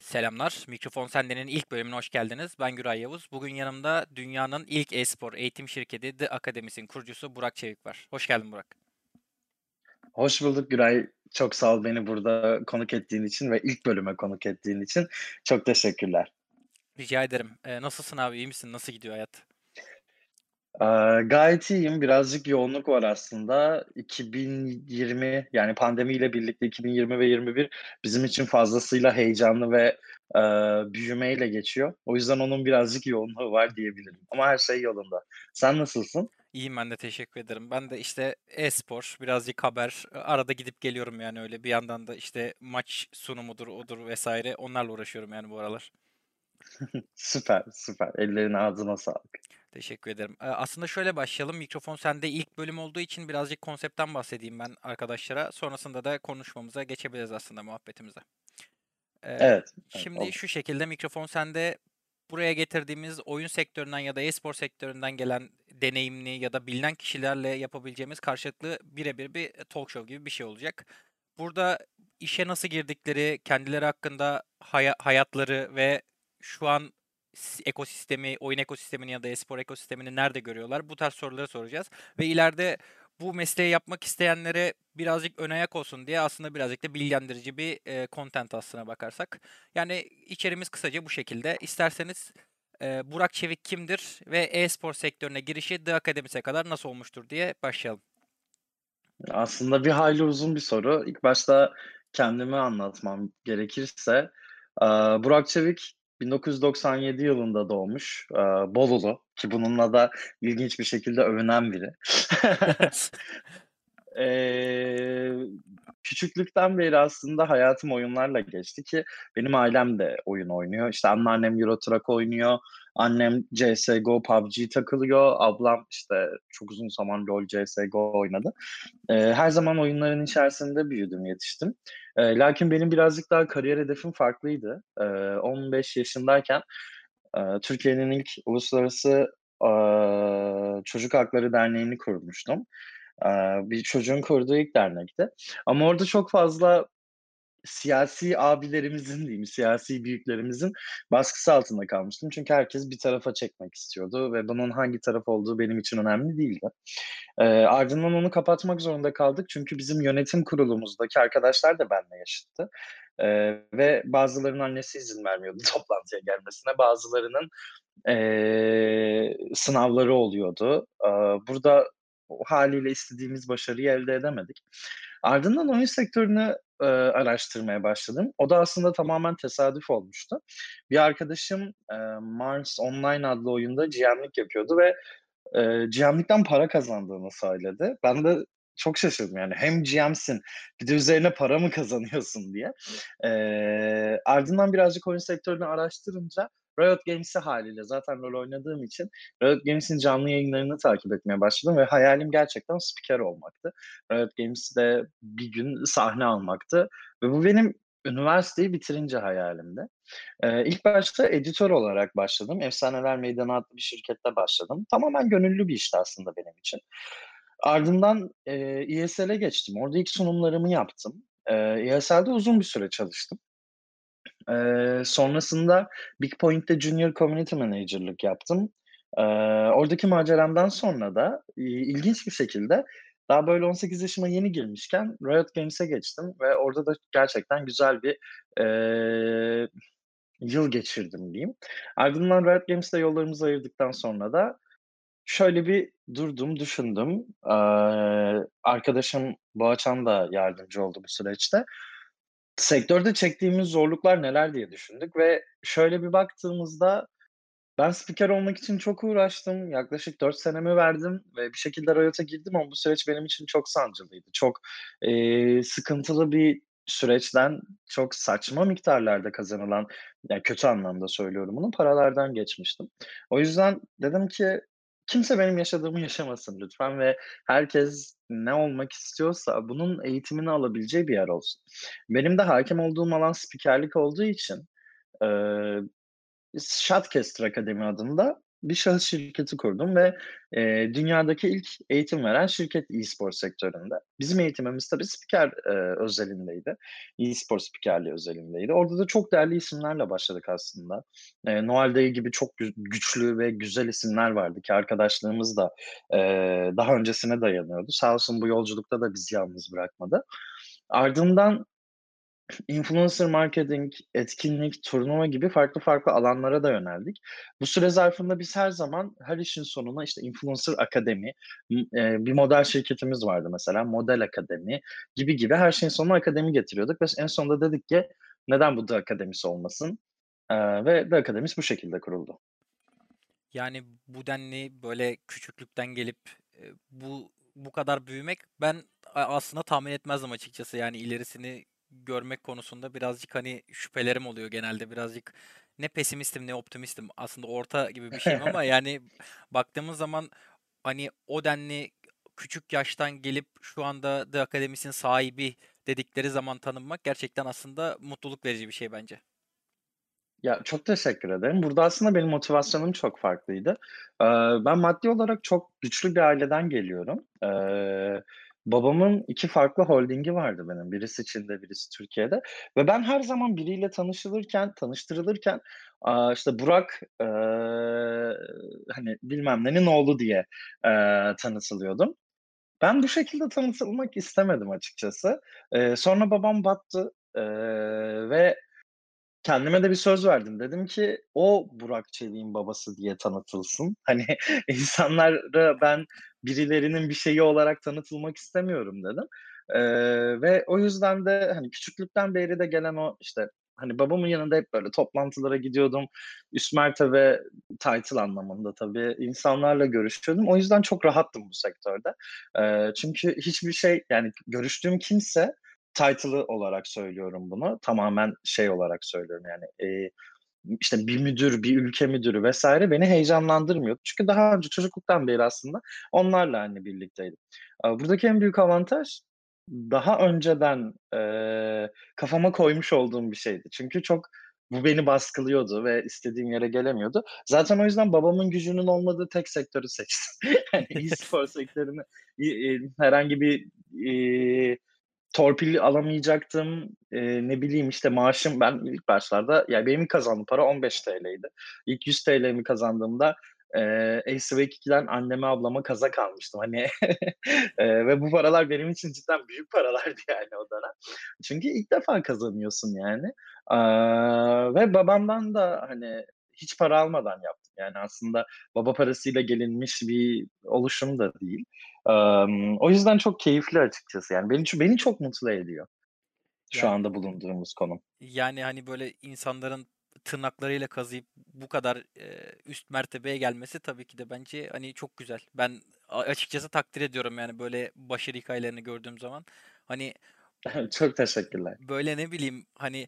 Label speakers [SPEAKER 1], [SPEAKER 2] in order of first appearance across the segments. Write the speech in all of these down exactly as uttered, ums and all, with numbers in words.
[SPEAKER 1] Selamlar. Mikrofon Sende'nin ilk bölümüne hoş geldiniz. Ben Güray Yavuz. Bugün yanımda dünyanın ilk e-spor eğitim şirketi The Akademis'in kurucusu Burak Çevik var. Hoş geldin Burak.
[SPEAKER 2] Hoş bulduk Güray. Çok sağ ol beni burada konuk ettiğin için ve ilk bölüme konuk ettiğin için. Çok teşekkürler.
[SPEAKER 1] Rica ederim. Ee, nasılsın abi? İyi misin? Nasıl gidiyor hayat?
[SPEAKER 2] Aaa, gayet iyiyim. Birazcık yoğunluk var aslında. iki bin yirmi yani pandemiyle birlikte iki bin yirmi ve yirmi bir bizim için fazlasıyla heyecanlı ve, eee, büyümeyle geçiyor. O yüzden onun birazcık yoğunluğu var diyebilirim ama her şey yolunda. Sen nasılsın?
[SPEAKER 1] İyiyim ben de teşekkür ederim. Ben de işte e-spor, birazcık haber, arada gidip geliyorum yani öyle. Bir yandan da işte maç sunumudur, odur vesaire onlarla uğraşıyorum yani bu aralar.
[SPEAKER 2] Süper, süper. Ellerine, ağzına sağlık.
[SPEAKER 1] Teşekkür ederim. Ee, aslında şöyle başlayalım. Mikrofon Sende ilk bölüm olduğu için birazcık konseptten bahsedeyim ben arkadaşlara. Sonrasında da konuşmamıza geçebiliriz aslında muhabbetimize. Eee,
[SPEAKER 2] Evet, evet,
[SPEAKER 1] Şimdi
[SPEAKER 2] olur.
[SPEAKER 1] şu şekilde mikrofon sende. Buraya getirdiğimiz oyun sektöründen ya da e-spor sektöründen gelen deneyimli ya da bilinen kişilerle yapabileceğimiz karşılıklı birebir bir talk show gibi bir şey olacak. Burada işe nasıl girdikleri, kendileri hakkında haya- hayatları ve şu an s- ekosistemi, oyun ekosistemini ya da e-spor ekosistemini nerede görüyorlar? Bu tarz soruları soracağız. Ve ileride bu mesleği yapmak isteyenlere birazcık ön ayak olsun diye aslında birazcık da bilgilendirici bir e, content aslına bakarsak. Yani içerimiz kısaca bu şekilde. İsterseniz e, Burak Çevik kimdir ve e-spor sektörüne girişi The Akademis'e kadar nasıl olmuştur diye başlayalım.
[SPEAKER 2] Aslında bir hayli uzun bir soru. İlk başta kendimi anlatmam gerekirse, aaa, Burak Çevik bin dokuz yüz doksan yedi yılında doğmuş, aaa, Bolulu ki bununla da ilginç bir şekilde övünen biri. Eee, Küçüklükten beri aslında hayatım oyunlarla geçti ki benim ailem de oyun oynuyor. İşte anneannem Euro Truck oynuyor, annem C S G O, P U B G takılıyor, ablam, işte, çok uzun zaman LoL, C S G O oynadı. Eee, her zaman oyunların içerisinde büyüdüm, yetiştim. Eee, lakin benim birazcık daha kariyer hedefim farklıydı. Eee, on beş yaşındayken, eee, Türkiye'nin ilk uluslararası, aaa, Çocuk Hakları Derneği'ni kurmuştum. Eee, bir çocuğun kurduğu ilk dernekti ama orada çok fazla siyasi abilerimizin diyeyim, siyasi büyüklerimizin baskısı altında kalmıştım. Çünkü herkes bir tarafa çekmek istiyordu ve bunun hangi taraf olduğu benim için önemli değildi. Eee, ardından onu kapatmak zorunda kaldık çünkü bizim yönetim kurulumuzdaki arkadaşlar da benimle yaşıttı, eee, ve bazılarının annesi izin vermiyordu toplantıya gelmesine, bazılarının, eee, sınavları oluyordu. Aaa, burada o hâliyle istediğimiz başarıyı elde edemedik. Ardından oyun sektörünü, eee, araştırmaya başladım. O da aslında tamamen tesadüf olmuştu. Bir arkadaşım, eee, Mars Online adlı oyunda G M'lik yapıyordu ve Eee, G M'likten para kazandığını söyledi. Ben de çok şaşırdım yani hem G M'sin bir de üzerine para mı kazanıyorsun diye. Eee, ardından birazcık oyun sektörünü araştırınca Riot Games'i hâliyle zaten LoL oynadığım için Riot Games'in canlı yayınlarını takip etmeye başladım ve hayalim gerçekten spiker olmaktı. Riot Games'de bir gün sahne almaktı ve bu benim üniversiteyi bitirince hayalimdi. Eee, ilk başta editör olarak başladım. Efsaneler Meydanı adlı bir şirkette başladım. Tamamen gönüllü bir işti aslında benim için. Ardından, eee, E S L'e geçtim. Orada ilk sunumlarımı yaptım. Eee, E S L'de uzun bir süre çalıştım. Eee, sonrasında Big Point'te Junior Community Manager'lık yaptım. Eee, Oradaki maceramdan sonra da, iii, ilginç bir şekilde daha böyle on sekiz yaşıma yeni girmişken Riot Games'e geçtim ve orada da gerçekten güzel bir, eee yıl geçirdim diyeyim. Ardından Riot Games'le yollarımızı ayırdıktan sonra da şöyle bir durdum, düşündüm. Eee, arkadaşım Boğaçan da yardımcı oldu bu süreçte. Sektörde çektiğimiz zorluklar neler diye düşündük ve şöyle bir baktığımızda ben spiker olmak için çok uğraştım. Yaklaşık dört senemi verdim ve bir şekilde Riot'a girdim ama bu süreç benim için çok sancılıydı. Çok, eee, sıkıntılı bir süreçten çok saçma miktarlarda kazanılan, ya, kötü anlamda söylüyorum bunu, paralardan geçmiştim. O yüzden dedim ki kimse benim yaşadığımı yaşamasın lütfen ve herkes ne olmak istiyorsa bunun eğitimini alabileceği bir yer olsun. Benim de hâkim olduğum alan spikerlik olduğu için, eee Shotcaster Akademi adında bir şahıs şirketi kurdum ve, eee, dünyadaki ilk eğitim veren şirket e-spor sektöründe. Bizim eğitimimiz tabii spiker, eee, özelindeydi. E-spor spikerliği özelindeydi. Orada da çok değerli isimlerle başladık aslında. Eee, Noel Dayı gibi çok gü güçlü ve güzel isimler vardı ki arkadaşlığımız da, eee, daha öncesine dayanıyordu. Sağ olsun bu yolculukta da bizi yalnız bırakmadı. Ardından influencer marketing, etkinlik, turnuva gibi farklı farklı alanlara da yöneldik. Bu süre zarfında biz her zaman her işin sonuna, işte, influencer akademi, m eee, bir model şirketimiz vardı mesela, model akademi gibi gibi her şeyin sonuna akademi getiriyorduk ve en sonunda dedik ki neden bu da akademisi olmasın? Eee, ve The Akademisi bu şekilde kuruldu.
[SPEAKER 1] Yani bu denli böyle küçüklükten gelip e, bu bu kadar büyümek ben a- aslında tahmin etmezdim açıkçası. Yani ilerisini görmek konusunda birazcık hani şüphelerim oluyor genelde. Birazcık ne pesimistim ne optimistim. Aslında orta gibi bir şeyim ama yani baktığımız zaman hani o denli küçük yaştan gelip şu anda The Akademis'in sahibi dedikleri zaman tanınmak gerçekten aslında mutluluk verici bir şey bence.
[SPEAKER 2] Ya, çok teşekkür ederim. Burada aslında benim motivasyonum çok farklıydı. Eee, ben maddi olarak çok güçlü bir aileden geliyorum. Eee, babamın iki farklı holdingi vardı benim. Birisi Çin'de, birisi Türkiye'de ve ben her zaman biriyle tanışılırken, tanıştırılırken, aaa, işte, Burak, eee, hani, bilmem nenin oğlu diye, eee, tanıtılıyordum. Ben bu şekilde tanıtılmak istemedim açıkçası. Eee, sonra babam battı, eee, ve kendime de bir söz verdim. Dedim ki, "O Burak Çelik'in babası diye tanıtılsın." Hani, insanlara ben birilerinin bir şeyi olarak tanıtılmak istemiyorum dedim. Eee, ve o yüzden de, hani, küçüklükten beri de gelen o, işte, hani, babamın yanında hep böyle toplantılara gidiyordum. Üst mertebe title anlamında tabii insanlarla görüşüyordum. O yüzden çok rahattım bu sektörde. Eee, çünkü hiçbir şey, yani, görüştüğüm kimse title'ı olarak söylüyorum bunu. Tamamen şey olarak söylüyorum yani, eee, işte bir müdür, bir ülke müdürü vesaire beni heyecanlandırmıyordu. Çünkü daha önce çocukluktan beri aslında onlarla, hani, birlikteydim. Aaa, buradaki en büyük avantaj daha önceden, eee, kafama koymuş olduğum bir şeydi. Çünkü çok bu beni baskılıyordu ve istediğim yere gelemiyordum. Zaten o yüzden babamın gücünün olmadığı tek sektörü seçtim. Hani e-spor sektörünü, i iii, herhangi bir, iii torpil alamayacaktım. Eee, ne bileyim, işte, maaşım ben ilk başlarda ya, benim ilk kazandığım para on beş T L'ydi. İlk yüz T L'mi kazandığımda, eee, Ace Awakening'den anneme, ablama kazak almıştım. Hani, eee, ve bu paralar benim için cidden büyük paralardı yani o dönem. Çünkü ilk defa kazanıyorsun yani. Aaa, ve babamdan da, hani, hiç para almadan yaptım. Yani aslında baba parasıyla gelinmiş bir oluşum da değil. Emm, o yüzden çok keyifli açıkçası. Yani beni ç beni çok mutlu ediyor şu
[SPEAKER 1] Yani
[SPEAKER 2] anda bulunduğumuz konum.
[SPEAKER 1] Yani, hani, böyle, insanların tırnaklarıyla kazıyıp bu kadar, eee, üst mertebeye gelmesi tabii ki de bence, hani, çok güzel. Ben a açıkçası takdir ediyorum, yani, böyle başarı hikâyelerini gördüğüm zaman. Hani,
[SPEAKER 2] Çok teşekkürler.
[SPEAKER 1] böyle, ne bileyim, hani,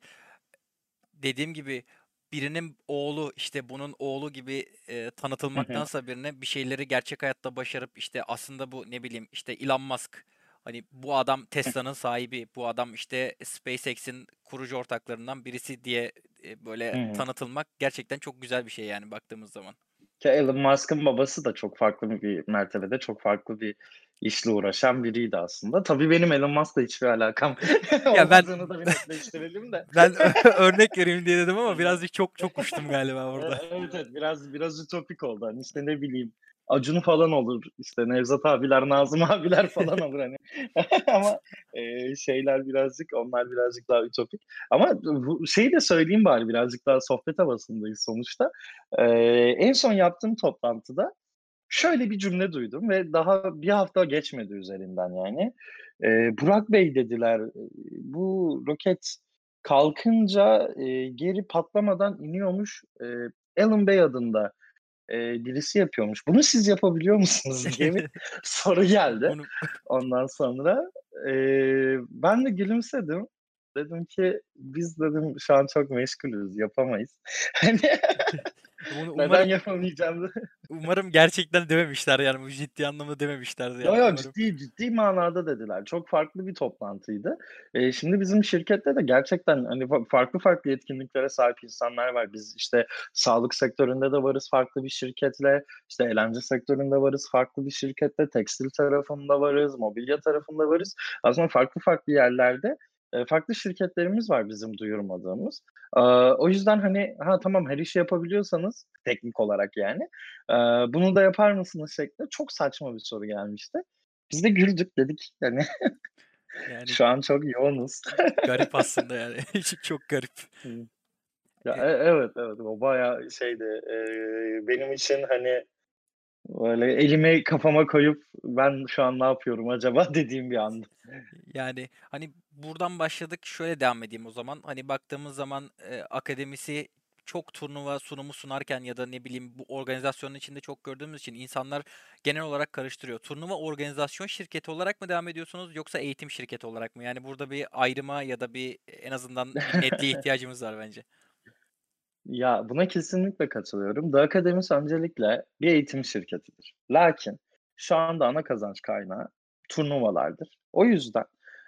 [SPEAKER 1] dediğim gibi birinin oğlu, işte, bunun oğlu gibi, eee,
[SPEAKER 2] Hı hı.
[SPEAKER 1] tanıtılmaktansa birine bir şeyleri gerçek hayatta başarıp, işte, aslında bu, ne bileyim, işte, Elon Musk, hani, bu adam Tesla'nın sahibi, bu adam, işte, SpaceX'in kurucu ortaklarından birisi diye, eee,
[SPEAKER 2] Hı
[SPEAKER 1] böyle
[SPEAKER 2] hı.
[SPEAKER 1] tanıtılmak gerçekten çok güzel bir şey, yani, baktığımız zaman.
[SPEAKER 2] Ki Elon Musk'ın babası da çok farklı bir mertebede, çok farklı bir işle uğraşan biriydi aslında. Tabii benim Elon Musk'la hiçbir alakam
[SPEAKER 1] Ya, ben
[SPEAKER 2] olmadığını da bir netleştirelim de.
[SPEAKER 1] ben örnek vereyim diye dedim ama birazcık çok çok uçtum galiba
[SPEAKER 2] E
[SPEAKER 1] orada.
[SPEAKER 2] evet, evet, biraz biraz ütopik oldu. Hani, işte, ne bileyim, Acun falan olur, işte, Nevzat abiler, Nazım abiler falan olur, hani. Ama, eee, şeyler birazcık, onlar birazcık daha ütopik. Ama bu şeyi de söyleyeyim bari birazcık daha sohbet havasındayız sonuçta. Eee, en son yaptığım toplantıda şöyle bir cümle duydum ve daha bir hafta geçmedi üzerinden yani. Eee, "Burak Bey" dediler, eee, "bu roket kalkınca, eee, geri patlamadan iniyormuş. Eee, Alan Bey adında, eee, birisi yapıyormuş. Bunu siz yapabiliyor musunuz?" diye bir soru geldi
[SPEAKER 1] Bunu
[SPEAKER 2] ondan sonra. Eee, ben de gülümsedim. Dedim ki, "Biz" dedim, "şu an çok meşgulüz, yapamayız." Hani,
[SPEAKER 1] Bunu
[SPEAKER 2] neden
[SPEAKER 1] umarım
[SPEAKER 2] yapamayacağımı
[SPEAKER 1] umarım gerçekten dememişler, yani, bu ciddi anlamda dememişlerdir,
[SPEAKER 2] Yo,
[SPEAKER 1] yani,
[SPEAKER 2] yo,
[SPEAKER 1] umarım.
[SPEAKER 2] ciddi ciddi manada dediler. Çok farklı bir toplantıydı. Eee, şimdi bizim şirkette de gerçekten, hani, fa farklı farklı yetkinliklere sahip insanlar var. Biz, işte, sağlık sektöründe de varız farklı bir şirketle, işte, eğlence sektöründe varız farklı bir şirketle, tekstil tarafında varız, mobilya tarafında varız. Aslında farklı farklı yerlerde, eee, farklı şirketlerimiz var bizim duyurmadığımız. Aaa, o yüzden, hani, "Ha, tamam, her işi yapabiliyorsanız teknik olarak yani, eee, bunu da yapar mısınız?" şeklinde çok saçma bir soru gelmişti. Biz de güldük, dedik, hani,
[SPEAKER 1] Yani
[SPEAKER 2] "Şu an çok yoğunuz."
[SPEAKER 1] garip aslında, yani. Ç çok garip.
[SPEAKER 2] Hıı. Ya,
[SPEAKER 1] E
[SPEAKER 2] e evet, evet, o bayağı şeydi, eee, benim için, hani, böyle elimi kafama koyup, "Ben şu an ne yapıyorum acaba?" dediğim bir andı.
[SPEAKER 1] Yani, hani, buradan başladık, şöyle devam edeyim o zaman. Hani, baktığımız zaman, eee, akademisi çok turnuva sunumu sunarken ya da ne bileyim bu organizasyonun içinde çok gördüğümüz için insanlar genel olarak karıştırıyor. Turnuva organizasyon şirketi olarak mı devam ediyorsunuz yoksa eğitim şirketi olarak mı? Yani, burada bir ayrıma ya da bir en azından bir netliğe ihtiyacımız var bence.
[SPEAKER 2] Ya, buna kesinlikle katılıyorum. The Akademisi öncelikle bir eğitim şirketidir. Lakin şu anda ana kazanç kaynağı turnuvalardır. O yüzden,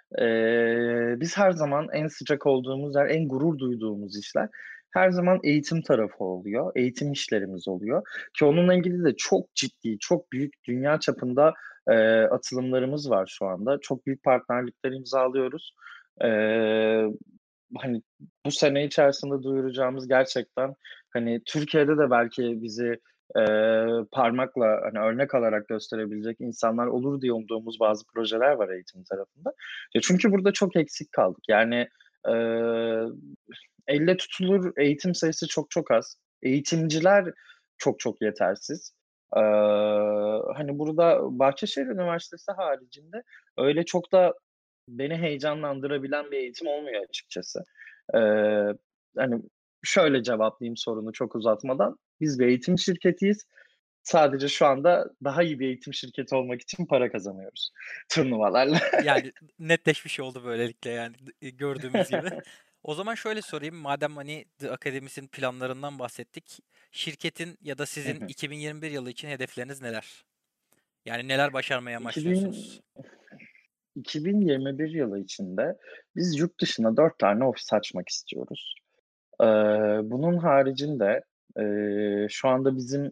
[SPEAKER 2] eee, biz her zaman en sıcak olduğumuz yer, en gurur duyduğumuz işler her zaman eğitim tarafı oluyor, eğitim işlerimiz oluyor ki onunla ilgili de çok ciddi, çok büyük dünya çapında, eee, atılımlarımız var şu anda. Çok büyük partnerlikler imzalıyoruz. Eee Hani, bu sene içerisinde duyuracağımız gerçekten, hani, Türkiye'de de belki bizi, eee, parmakla, hani, örnek alarak gösterebilecek insanlar olur diye umduğumuz bazı projeler var eğitim tarafında. Ya, çünkü burada çok eksik kaldık. Yani, eee, elle tutulur eğitim sayısı çok çok az. Eğitimciler çok çok yetersiz. Eee, Hani, burada Bahçeşehir Üniversitesi haricinde öyle çok da beni heyecanlandırabilen bir eğitim olmuyor açıkçası. Eee, Hani, şöyle cevaplayayım sorunu çok uzatmadan. Biz bir eğitim şirketiyiz. Sadece şu anda daha iyi bir eğitim şirketi olmak için para kazanıyoruz turnuvalarla.
[SPEAKER 1] Yani, netleşmiş oldu böylelikle, yani, d gördüğümüz gibi. O zaman şöyle sorayım, madem, hani, The Academy's'in planlarından bahsettik. Şirketin ya da
[SPEAKER 2] Hı
[SPEAKER 1] sizin
[SPEAKER 2] hı.
[SPEAKER 1] iki bin yirmi bir yılı için hedefleriniz neler? Yani, neler başarmayı
[SPEAKER 2] iki bin
[SPEAKER 1] amaçlıyorsunuz?
[SPEAKER 2] iki bin yirmi bir yılı içinde biz yurt dışına dört tane ofis açmak istiyoruz. Eee, bunun haricinde, eee, şu anda bizim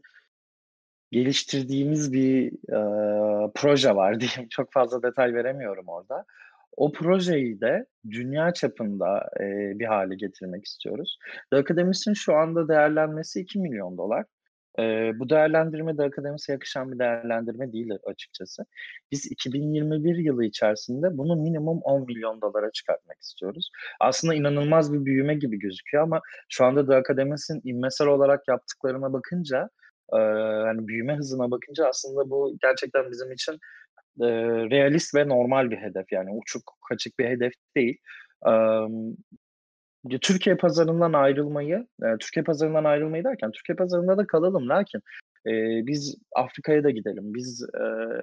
[SPEAKER 2] geliştirdiğimiz bir, eee, proje var diyeyim. Çok fazla detay veremiyorum orada. O projeyi de dünya çapında, eee, bir hâle getirmek istiyoruz. The Academic'in şu anda değerlenmesi iki milyon dolar. Eee, bu değerlendirme The Academic'e yakışan bir değerlendirme değil açıkçası. Biz iki bin yirmi bir yılı içerisinde bunu minimum on milyon dolara çıkartmak istiyoruz. Aslında inanılmaz bir büyüme gibi gözüküyor ama şu anda The Academic'in ivmesel olarak yaptıklarına bakınca, Eee, hani, büyüme hızına bakınca aslında bu gerçekten bizim için, eee, realist ve normal bir hedef, yani uçuk kaçık bir hedef değil. Emm, ya, Türkiye pazarından ayrılmayı, eee, Türkiye pazarından ayrılmayı derken Türkiye pazarında da kalalım lakin, eee, biz Afrika'ya da gidelim, biz, eee,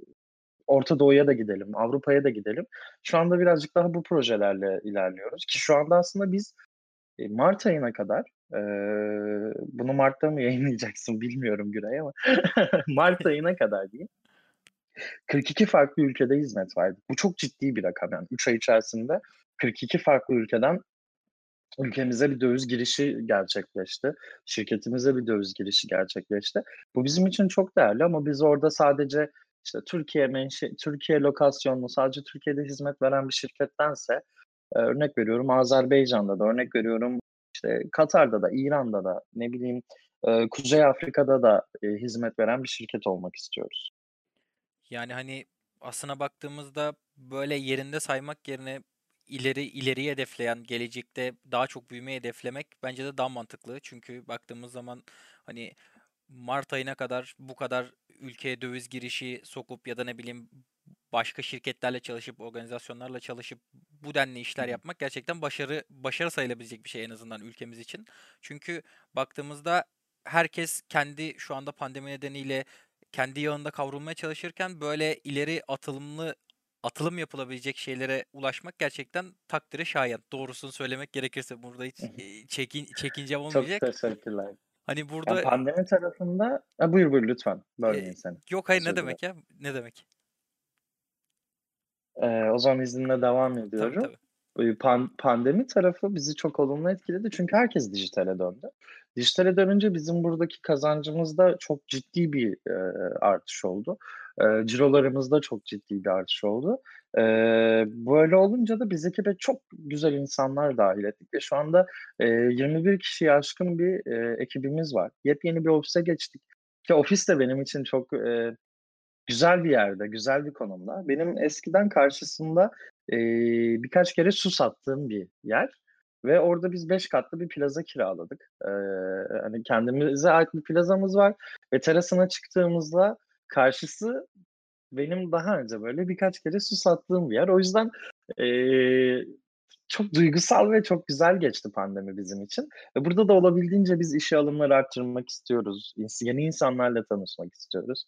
[SPEAKER 2] Orta Doğu'ya da gidelim, Avrupa'ya da gidelim. Şu anda birazcık daha bu projelerle ilerliyoruz ki şu anda aslında biz Eee, mart ayına kadar, eee, bunu mart'ta mı yayınlayacaksın bilmiyorum Güray ama mart ayına kadar diyeyim, kırk iki farklı ülkede hizmet verdik. Bu çok ciddi bir rakam yani. üç ay içerisinde kırk iki farklı ülkeden ülkemize bir döviz girişi gerçekleşti. Şirketimize bir döviz girişi gerçekleşti. Bu bizim için çok değerli ama biz orada sadece, işte, Türkiye menşe Türkiye lokasyonlu, sadece Türkiye'de hizmet veren bir şirkettense, eee, örnek veriyorum Azerbaycan'da da, örnek veriyorum, işte, Katar'da da, İran'da da, ne bileyim, eee, Kuzey Afrika'da da, eee, hizmet veren bir şirket olmak istiyoruz.
[SPEAKER 1] Yani, hani, aslına baktığımızda, böyle, yerinde saymak yerine ileri ileriyi hedefleyen, gelecekte daha çok büyümeyi hedeflemek bence de daha mantıklı. Çünkü baktığımız zaman, hani, mart ayına kadar bu kadar ülkeye döviz girişi sokup ya da ne bileyim başka şirketlerle çalışıp, organizasyonlarla çalışıp bu denli
[SPEAKER 2] Hı
[SPEAKER 1] işler
[SPEAKER 2] hı.
[SPEAKER 1] yapmak gerçekten başarı başarı sayılabilecek bir şey en azından ülkemiz için. Çünkü baktığımızda herkes kendi şu anda pandemi nedeniyle kendi yağında kavrulmaya çalışırken böyle ileri atılımlı atılım yapılabilecek şeylere ulaşmak gerçekten takdire şayan. Doğrusunu söylemek gerekirse burada hiç, eee, çekin çekincem
[SPEAKER 2] Çok
[SPEAKER 1] olmayacak.
[SPEAKER 2] teşekkürler.
[SPEAKER 1] Hani
[SPEAKER 2] Ya,
[SPEAKER 1] burada
[SPEAKER 2] pandemi tarafında A, buyur, buyur lütfen.
[SPEAKER 1] eee,
[SPEAKER 2] Bölmeyeyim seni.
[SPEAKER 1] yok hayır ne
[SPEAKER 2] Özür dilerim.
[SPEAKER 1] demek ya? Ne demek?
[SPEAKER 2] Eee, o zaman izninle devam
[SPEAKER 1] Tabii
[SPEAKER 2] ediyorum.
[SPEAKER 1] tabii.
[SPEAKER 2] Eee, pan pandemi tarafı bizi çok olumlu etkiledi çünkü herkes dijitale döndü. Dijitale dönünce bizim buradaki kazancımızda çok ciddi bir, eee, artış oldu. Eee, cirolarımızda çok ciddi bir artış oldu. Eee, böyle olunca da biz ekibe çok güzel insanlar dâhil ettik ve şu anda, eee, yirmi bir kişiyi aşkın bir, eee, ekibimiz var. Yepyeni bir ofise geçtik ki ofis de benim için çok, eee, güzel bir yerde, güzel bir konumda. Benim eskiden karşısında, eee, birkaç kere su sattığım bir yer ve orada biz beş katlı bir plaza kiraladık. Eee, hani, kendimize ait bir plazamız var ve terasına çıktığımızda karşısı benim daha önce böyle birkaç kere su sattığım bir yer. O yüzden, eee, çok duygusal ve çok güzel geçti pandemi bizim için ve burada da olabildiğince biz işe alımları arttırmak istiyoruz. İns yeni insanlarla tanışmak istiyoruz.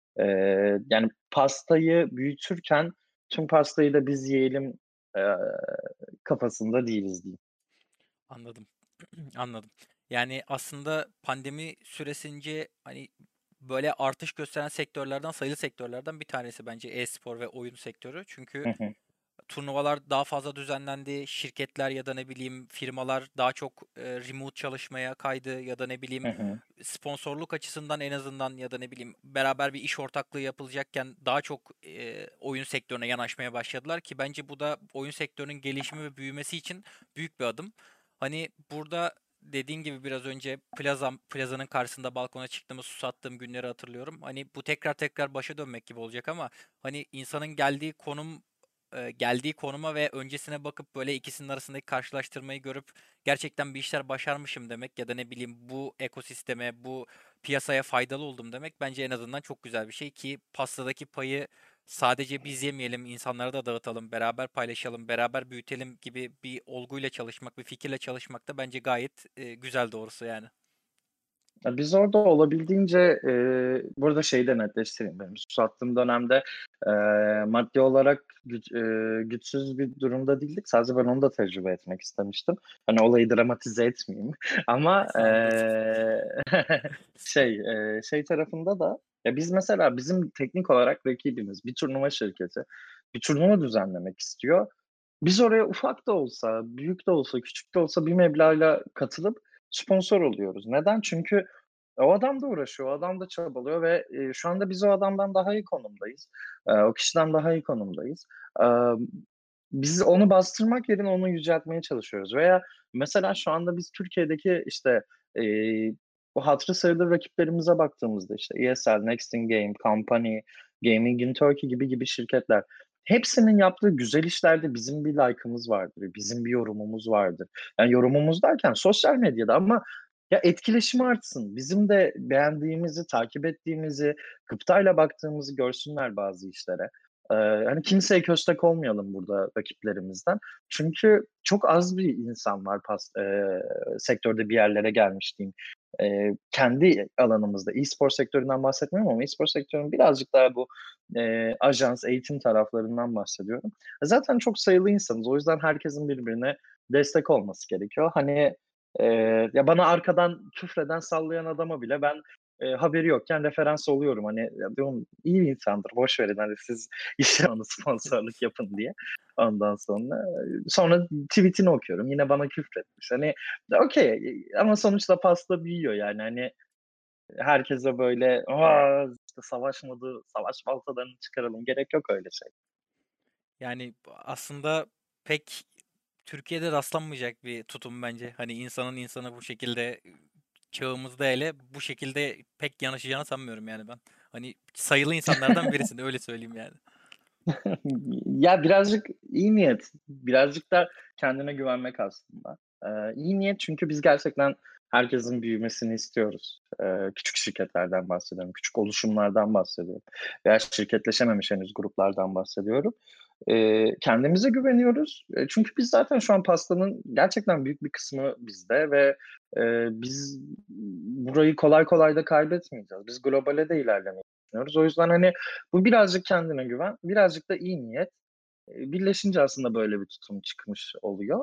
[SPEAKER 2] Eee, yani pastayı büyütürken tüm pastayı da biz yiyelim, eee, kafasında değiliz diyeyim.
[SPEAKER 1] Anladım. Anladım. Yani, aslında pandemi süresince, hani, böyle artış gösteren sektörlerden, sayılı sektörlerden bir tanesi bence e-spor ve oyun sektörü. Çünkü
[SPEAKER 2] Hı hı.
[SPEAKER 1] turnuvalar daha fazla düzenlendi. Şirketler ya da ne bileyim firmalar daha çok, eee, remote çalışmaya kaydı ya da ne bileyim
[SPEAKER 2] Hı hı.
[SPEAKER 1] sponsorluk açısından en azından ya da ne bileyim beraber bir iş ortaklığı yapılacakken daha çok, eee, oyun sektörüne yanaşmaya başladılar ki bence bu da oyun sektörünün gelişimi ve büyümesi için büyük bir adım. Hani burada dediğin gibi biraz önce plazam plazanın karşısında balkona çıktığımı su sattığım günleri hatırlıyorum. Hani bu tekrar tekrar başa dönmek gibi olacak ama hani insanın geldiği konum eee, geldiği konuma ve öncesine bakıp böyle ikisinin arasındaki karşılaştırmayı görüp gerçekten bir işler başarmışım demek ya da ne bileyim bu ekosisteme, bu piyasaya faydalı oldum demek bence en azından çok güzel bir şey ki pastadaki payı sadece biz yemeyelim, insanlara da dağıtalım, beraber paylaşalım, beraber büyütelim gibi bir olguyla çalışmak, bir fikirle çalışmak da bence gayet eee, güzel doğrusu yani.
[SPEAKER 2] Ya, biz orada olabildiğince, eee, burada şeyi de netleştireyim, benim su sattığım dönemde, eee, maddi olarak güç eee, güçsüz bir durumda değildik. Sadece ben onu da tecrübe etmek istemiştim. Hani, olayı dramatize etmeyeyim ama,
[SPEAKER 1] Anladım.
[SPEAKER 2] eee, şey, eee, şey tarafında da ya, biz mesela bizim teknik olarak rakibimiz bir turnuva şirketi. Bir turnuva düzenlemek istiyor. Biz oraya ufak da olsa, büyük de olsa, küçük de olsa bir meblağla katılıp sponsor oluyoruz. Neden? Çünkü o adam da uğraşıyor, o adam da çabalıyor ve, eee, şu anda biz o adamdan daha iyi konumdayız. Eee, o kişiden daha iyi konumdayız. Emm, biz onu bastırmak yerine onu yüceltmeye çalışıyoruz veya mesela şu anda biz Türkiye'deki, işte, eee, bu hatırı sayılır rakiplerimize baktığımızda, işte, E S L, Next in Game, Company, Gaming in Turkey gibi gibi şirketler. Hepsinin yaptığı güzel işlerde bizim bir like'ımız vardır, bizim bir yorumumuz vardır. Yani yorumumuz derken sosyal medyada ama ya etkileşim artsın, bizim de beğendiğimizi, takip ettiğimizi, gıptayla baktığımızı görsünler bazı işlere. Eee, hani kimseye köstek olmayalım burada rakiplerimizden. Çünkü çok az bir insan var pas eee, sektörde bir yerlere gelmiş diyeyim. Eee, kendi alanımızda e-spor sektöründen bahsetmiyorum ama e-spor sektörünün birazcık daha bu, eee, ajans, eğitim taraflarından bahsediyorum. Zaten çok sayılı insanız. O yüzden herkesin birbirine destek olması gerekiyor. Hani, eee, ya, bana arkadan küfreden, sallayan adama bile ben, eee, haberi yokken referans oluyorum. Hani, ya, diyorum, iyi bir insandır, boş verin, hani, siz işe onu sponsorluk yapın diye. Ondan sonra, sonra tweet'ini okuyorum. Yine bana küfretmiş. Hani, okay, ama sonuçta pasta büyüyor yani, hani, herkese böyle, "A, işte savaşmadı, savaş baltalarını çıkaralım." Gerek yok öyle şey.
[SPEAKER 1] Yani aslında pek Türkiye'de rastlanmayacak bir tutum bence. Hani insanın insana bu şekilde çağımızda hele bu şekilde pek yanaşacağını sanmıyorum yani ben. Hani sayılı insanlardan birisin öyle söyleyeyim yani.
[SPEAKER 2] Ya, birazcık iyi niyet, birazcık da kendine güvenmek aslında. Eee, iyi niyet çünkü biz gerçekten herkesin büyümesini istiyoruz. Eee, küçük şirketlerden bahsediyorum, küçük oluşumlardan bahsediyorum veya şirketleşememiş henüz gruplardan bahsediyorum. Eee, kendimize güveniyoruz. Eee, çünkü biz zaten şu an pastanın gerçekten büyük bir kısmı bizde ve, eee, biz burayı kolay kolay da kaybetmeyeceğiz. Biz globale de ilerlemeyi düşünüyoruz. O yüzden, hani, bu birazcık kendine güven, birazcık da iyi niyet. eee, birleşince aslında böyle bir tutum çıkmış oluyor.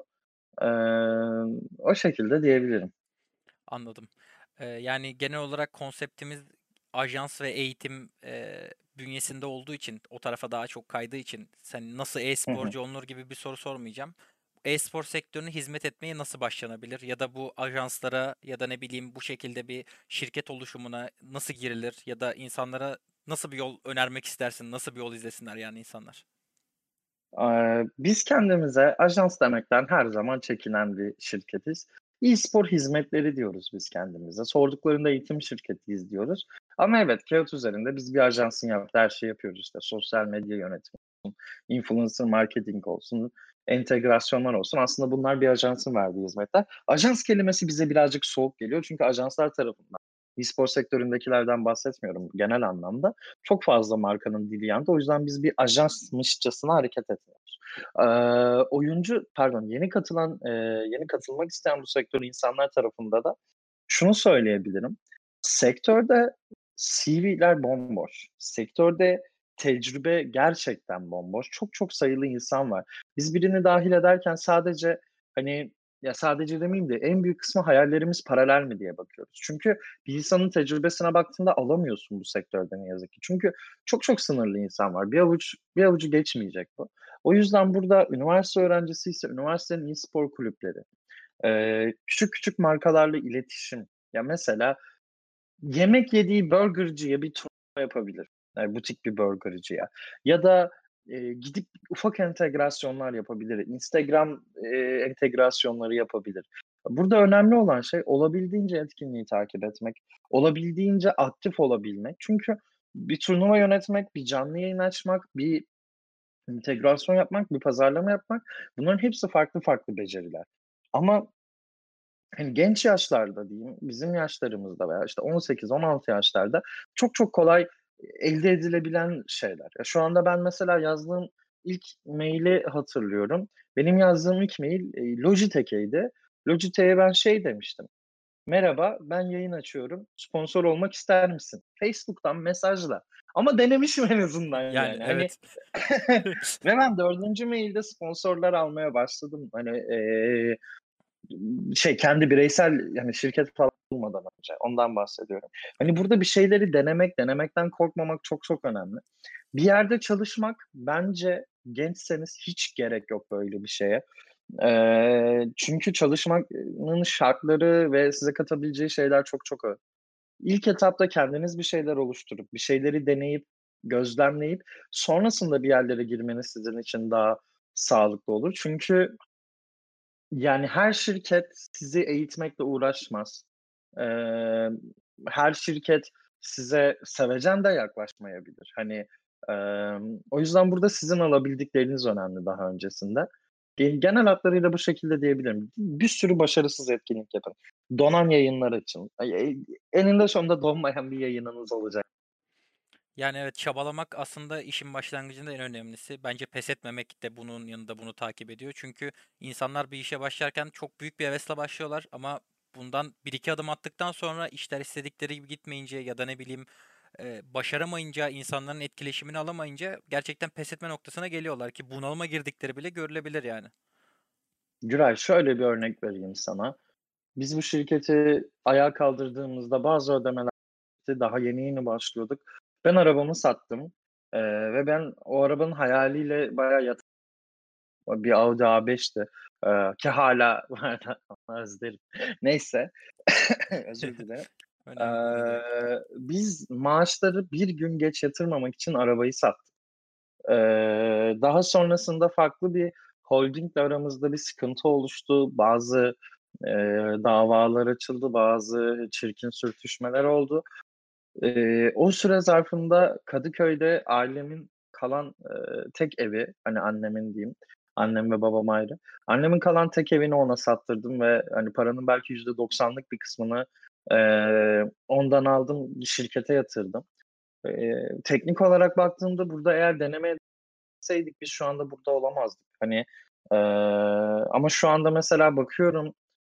[SPEAKER 2] Emm, o şekilde diyebilirim.
[SPEAKER 1] Anladım. Eee, yani, genel olarak konseptimiz ajans ve eğitim, eee, bünyesinde olduğu için, o tarafa daha çok kaydığı için sen nasıl
[SPEAKER 2] Hı hı.
[SPEAKER 1] e-sporcu olunur gibi bir soru sormayacağım. E-spor sektörüne hizmet etmeye nasıl başlanabilir ya da bu ajanslara ya da ne bileyim bu şekilde bir şirket oluşumuna nasıl girilir ya da insanlara nasıl bir yol önermek istersin? Nasıl bir yol izlesinler yani insanlar?
[SPEAKER 2] Eee, biz kendimize ajans demekten her zaman çekinen bir şirketiz. E-spor hizmetleri diyoruz biz kendimize. Sorduklarında eğitim şirketiyiz diyoruz. Ama evet, kâğıt üzerinde biz bir ajansın yaptığı her şeyi yapıyoruz. İşte sosyal medya yönetimi olsun, influencer marketing olsun, entegrasyonlar olsun. Aslında bunlar bir ajansın verdiği hizmetler. Ajans kelimesi bize birazcık soğuk geliyor. Çünkü ajanslar tarafından, e-spor sektöründekilerden bahsetmiyorum genel anlamda. Çok fazla markanın dili yandı. O yüzden biz bir ajansmışçasına hareket etmiyoruz. Eee, oyuncu pardon, yeni katılan, eee, yeni katılmak isteyen bu sektöre insanlar tarafında da şunu söyleyebilirim. Sektörde C V'ler bomboş. Sektörde tecrübe gerçekten bomboş. Çok çok sayılı insan var. Biz birini dâhil ederken sadece, hani, ya, sadece demeyeyim de en büyük kısmı hayallerimiz paralel mi diye bakıyoruz. Çünkü bir insanın tecrübesine baktığında alamıyorsun bu sektörde ne yazık ki. Çünkü çok çok sınırlı insan var. Bir avuç bir avucu geçmeyecek bu. O yüzden burada üniversite öğrencisiyse üniversitenin e-spor kulüpleri, eee, küçük küçük markalarla iletişim, ya, mesela yemek yediği burgercıya bir turnuva yapabilir. Yani butik bir burgercıya ya da, eee, gidip ufak entegrasyonlar yapabilir. Instagram, eee, entegrasyonları yapabilir. Burada önemli olan şey olabildiğince etkinliği takip etmek, olabildiğince aktif olabilmek. Çünkü bir turnuva yönetmek, bir canlı yayın açmak, bir entegrasyon yapmak, bir pazarlama yapmak bunların hepsi farklı farklı beceriler. Ama hani, genç yaşlarda diyeyim, bizim yaşlarımızda veya, işte, on sekiz on altı yaşlarda çok çok kolay elde edilebilen şeyler. Ya, şu anda ben mesela yazdığım ilk mail'i hatırlıyorum. Benim yazdığım ilk mail, eee, Logitech'eydi. Logitech'e ben şey demiştim: "Merhaba, ben yayın açıyorum, sponsor olmak ister misin?" Facebook'tan mesajla ama denemişim en azından
[SPEAKER 1] Yani,
[SPEAKER 2] yani. Hani
[SPEAKER 1] evet.
[SPEAKER 2] ve ben dördüncü mail'de sponsorlar almaya başladım. Hani, eee şey, kendi bireysel, yani, şirket falan kurmadan önce, ondan bahsediyorum. Hani, burada bir şeyleri denemek, denemekten korkmamak çok çok önemli. Bir yerde çalışmak bence gençseniz hiç gerek yok böyle bir şeye. Eee, çünkü çalışmanın şartları ve size katabileceği şeyler çok çok ağır. İlk etapta kendiniz bir şeyler oluşturup, bir şeyleri deneyip, gözlemleyip sonrasında bir yerlere girmeniz sizin için daha sağlıklı olur. Çünkü yani, her şirket sizi eğitmekle uğraşmaz. Emm, her şirket size sevecen de yaklaşmayabilir. Hani, emm, o yüzden burada sizin alabildikleriniz önemli daha öncesinde. Ge genel hatlarıyla bu şekilde diyebilirim. Bir sürü başarısız etkinlik yapın. Donan yayınlar açın. Ay ey eninde sonunda donmayan bir yayınınız olacak.
[SPEAKER 1] Yani, evet, çabalamak aslında işin başlangıcında en önemlisi. Bence pes etmemek de bunun yanında bunu takip ediyor. Çünkü insanlar bir işe başlarken çok büyük bir hevesle başlıyorlar ama bundan bir iki adım attıktan sonra işler istedikleri gibi gitmeyince ya da ne bileyim, eee, başaramayınca, insanların etkileşimini alamayınca gerçekten pes etme noktasına geliyorlar ki bunalıma girdikleri bile görülebilir yani.
[SPEAKER 2] Güray, şöyle bir örnek vereyim sana. Biz bu şirketi ayağa kaldırdığımızda bazı ödemeler daha yeni yeni başlıyorduk. Ben arabamı sattım, eee, ve ben o arabanın hayaliyle bayağı yat bir Audi A beşti, eee, ki hâlâ bu arada onu özlerim. Neyse, özür dilerim.
[SPEAKER 1] Önemli değil, ne demek.
[SPEAKER 2] Eee, biz maaşları bir gün geç yatırmamak için arabayı sattık. Eee, daha sonrasında farklı bir holdingle aramızda bir sıkıntı oluştu. Bazı, eee, davalar açıldı, bazı çirkin sürtüşmeler oldu. Eee, o süre zarfında Kadıköy'de ailemin kalan, eee, tek evi, hani, annemin diyeyim, annem ve babam ayrı. Annemin kalan tek evini ona sattırdım ve, hani, paranın belki yüzde doksanlık bir kısmını, eee, ondan aldım, şirkete yatırdım. Eee, teknik olarak baktığımda burada eğer deneme etseydik biz şu anda burada olamazdık. Hani, eee, ama şu anda mesela bakıyorum,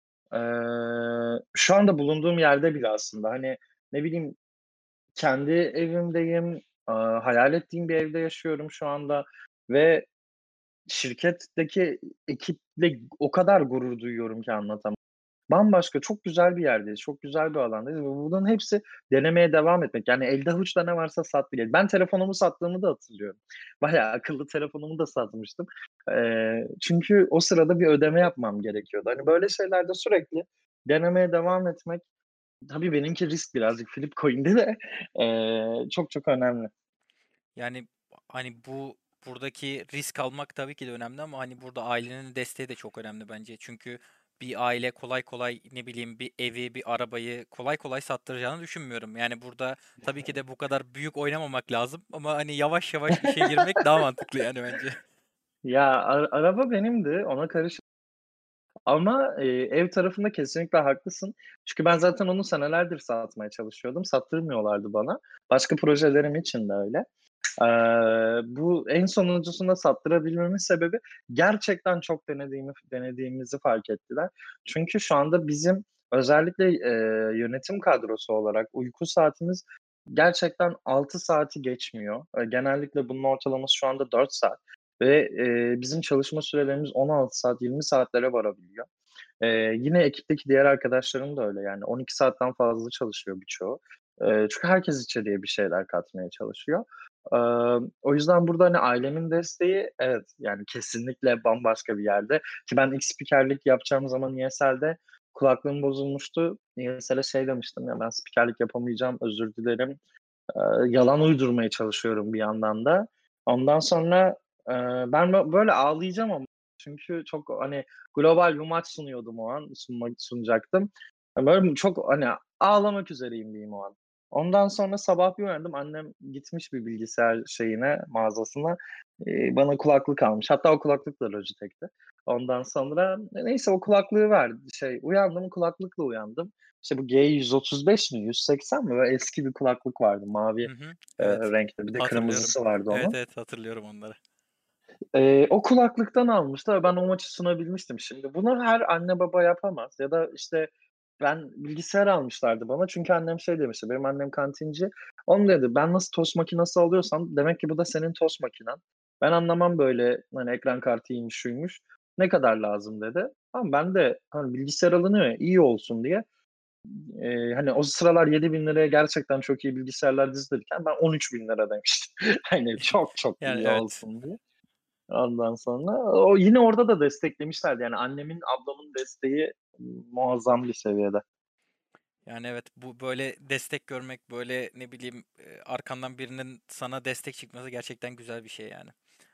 [SPEAKER 2] eee, şu anda bulunduğum yerde bile aslında, hani, ne bileyim, kendi evimdeyim, aaa, hayal ettiğim bir evde yaşıyorum şu anda ve şirketteki ekiple o kadar gurur duyuyorum ki anlatamam. Bambaşka, çok güzel bir yerdeyiz, çok güzel bir alandayız ve bunların hepsi denemeye devam etmek. Yani elde avuçta ne varsa sattık. Ben telefonumu sattığımı da hatırlıyorum. Bayağı akıllı telefonumu da satmıştım. Eee, çünkü o sırada bir ödeme yapmam gerekiyordu. Hani, böyle şeylerde sürekli denemeye devam etmek, tabii benimki risk birazcık Flipcoin'di de, eee, çok çok önemli.
[SPEAKER 1] Yani, hani, bu buradaki risk almak tabii ki de önemli ama, hani, burada ailenin desteği de çok önemli bence. Çünkü bir aile kolay kolay, ne bileyim, bir evi, bir arabayı kolay kolay sattıracağını düşünmüyorum. Yani, burada tabii ki de bu kadar büyük oynamamak lazım ama, hani, yavaş yavaş işe girmek daha mantıklı yani bence.
[SPEAKER 2] Ya, ara araba benimdi, ona karış ama, eee, ev tarafında kesinlikle haklısın. Çünkü ben zaten onu senelerdir satmaya çalışıyordum. Sattırmıyorlardı bana. Başka projelerim için de öyle. Eee, bu en sonuncusunda sattırabilmemin sebebi gerçekten çok denediğimi denediğimizi fark ettiler. Çünkü şu anda bizim özellikle, eee, yönetim kadrosu olarak uyku saatimiz gerçekten altı saati geçmiyor. Eee, genellikle bunun ortalaması şu anda dört saat ve, eee, bizim çalışma sürelerimiz on altı saat, yirmi saatlere varabiliyor. Eee, yine ekipteki diğer arkadaşlarım da öyle yani on iki saatten fazla çalışıyor birçoğu. Eee, çünkü herkes içeriye bir şeyler katmaya çalışıyor. Emm, o yüzden burada, hani, ailemin desteği evet, yani, kesinlikle bambaşka bir yerde ki ben ilk spikerlik yapacağım zaman E S L'de kulaklığım bozulmuştu. E S L'e şey demiştim, "Ya, ben spikerlik yapamayacağım, özür dilerim." Eee, yalan uydurmaya çalışıyorum bir yandan da. Ondan sonra, eee, ben bö böyle ağlayacağım ama çünkü çok, hani, global bir maç sunuyordum o an, sunmak sunacaktım. Ya, böyle çok, hani, ağlamak üzereyim diyeyim o an. Ondan sonra sabah bir uyandım, annem gitmiş bir bilgisayar şeyine, mağazasına, eee, bana kulaklık almış. Hatta o kulaklık da Logitech'ti. Ondan sonra neyse o kulaklığı verdi. Şey, uyandım, kulaklıkla uyandım. İşte bu G yüz otuz beş mi, yüz seksen mi? Böyle eski bir kulaklık vardı mavi,
[SPEAKER 1] Hı hı.
[SPEAKER 2] eee,
[SPEAKER 1] Evet,
[SPEAKER 2] renkte. Bir de
[SPEAKER 1] hatırlıyorum.
[SPEAKER 2] kırmızısı vardı
[SPEAKER 1] Evet,
[SPEAKER 2] onun.
[SPEAKER 1] evet, hatırlıyorum onları.
[SPEAKER 2] Eee, o kulaklıktan almıştı ve ben o maçı sunabilmiştim. Şimdi bunu her anne baba yapamaz ya da, işte, ben bilgisayar almışlardı bana çünkü annem şey demişti, benim annem kantinci. Onun dedi, "Ben nasıl tost makinesi alıyorsam demek ki bu da senin tost makinen. Ben anlamam böyle, hani, ekran kartıymış, şuymuş. Ne kadar lazım?" dedi. Tamam, ben de, hani, bilgisayar alınıyor ya, iyi olsun diye, eee, hani, o sıralar yedi bin liraya gerçekten çok iyi bilgisayarlar dizilirken ben on üç bin lira demiştim. Hani, çok çok
[SPEAKER 1] Yani,
[SPEAKER 2] iyi
[SPEAKER 1] evet.
[SPEAKER 2] olsun diye. Ondan sonra o yine orada da desteklemişlerdi. Yani annemin, ablamın desteği muazzam bir seviyede.
[SPEAKER 1] Yani, evet, bu böyle destek görmek, böyle, ne bileyim, eee, arkandan birinin sana destek çıkması gerçekten güzel bir şey yani.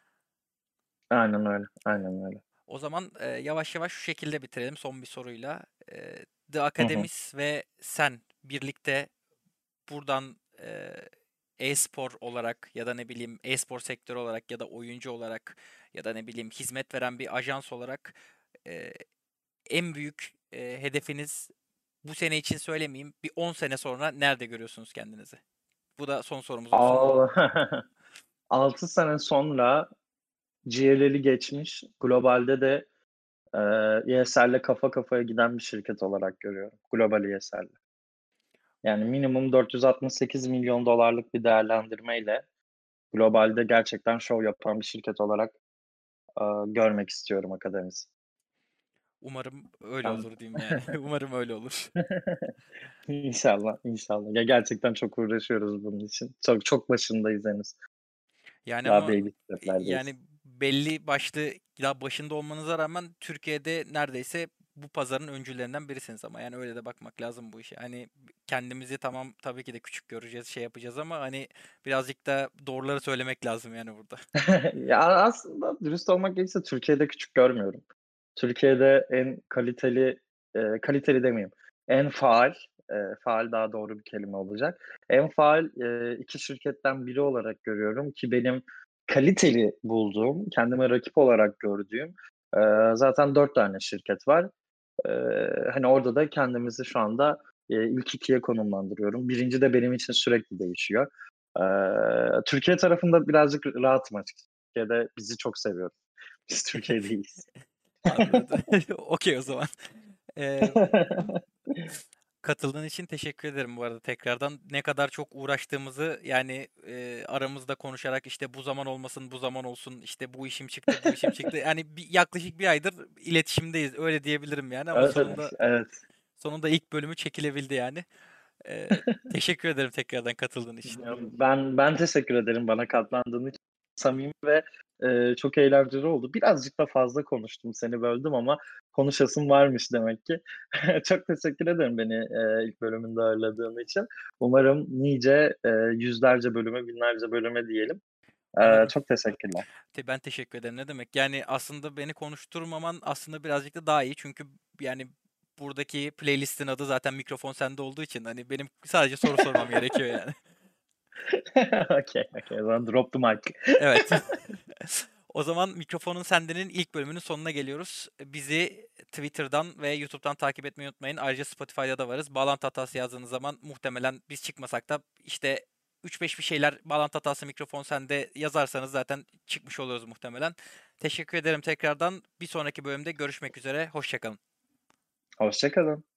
[SPEAKER 2] Aynen öyle, aynen öyle.
[SPEAKER 1] O zaman, eee, yavaş yavaş şu şekilde bitirelim son bir soruyla. Eee, The
[SPEAKER 2] Hı hı.
[SPEAKER 1] Academist ve sen birlikte buradan, eee, e-spor olarak ya da ne bileyim e-spor sektörü olarak ya da oyuncu olarak ya da ne bileyim hizmet veren bir ajans olarak, eee, en büyük, eee, hedefiniz bu sene için söylemeyeyim, bir on sene sonra nerede görüyorsunuz kendinizi? Bu da son sorumuz olsun.
[SPEAKER 2] Al altı sene sonra G L L'i geçmiş, globalde de, eee, E S L'le kafa kafaya giden bir şirket olarak görüyorum. Global E S L'le. Yani minimum dört yüz altmış sekiz milyon dolarlık bir değerlendirmeyle globalde gerçekten şov yapan bir şirket olarak, aaa, görmek istiyorum Akademisi.
[SPEAKER 1] Umarım öyle
[SPEAKER 2] Sen
[SPEAKER 1] olur diyeyim yani. Umarım öyle olur.
[SPEAKER 2] İnşallah, inşallah. Ya, gerçekten çok uğraşıyoruz bunun için. Çok çok başındayız henüz.
[SPEAKER 1] Yani
[SPEAKER 2] Daha
[SPEAKER 1] ama,
[SPEAKER 2] baby
[SPEAKER 1] eee,
[SPEAKER 2] step'lerdeyiz.
[SPEAKER 1] yani belli başlı daha başında olmanıza rağmen Türkiye'de neredeyse bu pazarın öncülerinden birisiniz ama yani öyle de bakmak lazım bu işe. Hani kendimizi tamam tabii ki de küçük göreceğiz, şey yapacağız ama hani birazcık da doğruları söylemek lazım yani burada.
[SPEAKER 2] Ya, aslında dürüst olmak gerekirse Türkiye'de küçük görmüyorum. Türkiye'de en kaliteli, eee, kaliteli demeyeyim, en faal, eee, faal daha doğru bir kelime olacak. En faal, eee, iki şirketten biri olarak görüyorum ki benim kaliteli bulduğum, kendime rakip olarak gördüğüm, eee, zaten dört tane şirket var. Eee, hani, orada da kendimizi şu anda, eee, ilk ikiye konumlandırıyorum. Birinci de benim için sürekli değişiyor. Eee, Türkiye tarafında birazcık rahatım açıkçası. Türkiye'de bizi çok seviyorum. Biz Türkiye'deyiz.
[SPEAKER 1] Anladım. Okay o zaman. Eee Katıldığın için teşekkür ederim bu arada tekrardan. Ne kadar çok uğraştığımızı yani e, aramızda konuşarak işte bu zaman olmasın, bu zaman olsun, işte bu işim çıktı, bu işim çıktı. Yani bir, yaklaşık bir aydır iletişimdeyiz. Öyle diyebilirim yani ama
[SPEAKER 2] Evet,
[SPEAKER 1] sonunda
[SPEAKER 2] evet.
[SPEAKER 1] sonunda ilk bölümü çekilebildi yani. E, Teşekkür ederim tekrardan katıldığın için.
[SPEAKER 2] Ya, ben ben teşekkür ederim bana katlandığın için. Samimi ve, eee, çok eğlenceli oldu. Birazcık da fazla konuştum, seni böldüm ama konuşasım varmış demek ki. Çok teşekkür ederim beni, eee, ilk bölümünde ağırladığın için. Umarım nice, eee, yüzlerce bölüme, binlerce bölüme diyelim. Eee,
[SPEAKER 1] Umarım.
[SPEAKER 2] çok teşekkürler.
[SPEAKER 1] Te ben teşekkür ederim. Ne demek? Yani aslında beni konuşturmaman aslında birazcık da daha iyi. Çünkü yani buradaki playlistin adı zaten mikrofon sende olduğu için hani benim sadece soru sormam gerekiyor yani.
[SPEAKER 2] Okay, okay. O zaman drop the mic.
[SPEAKER 1] Evet. O zaman Mikrofonun Sende'nin ilk bölümünün sonuna geliyoruz. Bizi Twitter'dan ve YouTube'dan takip etmeyi unutmayın. Ayrıca Spotify'da da varız. Bağlantı hatası yazdığınız zaman muhtemelen biz çıkmasak da işte üç beş bir şeyler bağlantı hatası Mikrofon Sende yazarsanız zaten çıkmış oluyoruz muhtemelen. Teşekkür ederim tekrardan. Bir sonraki bölümde görüşmek üzere. Hoşça kalın.
[SPEAKER 2] Hoşça kalın.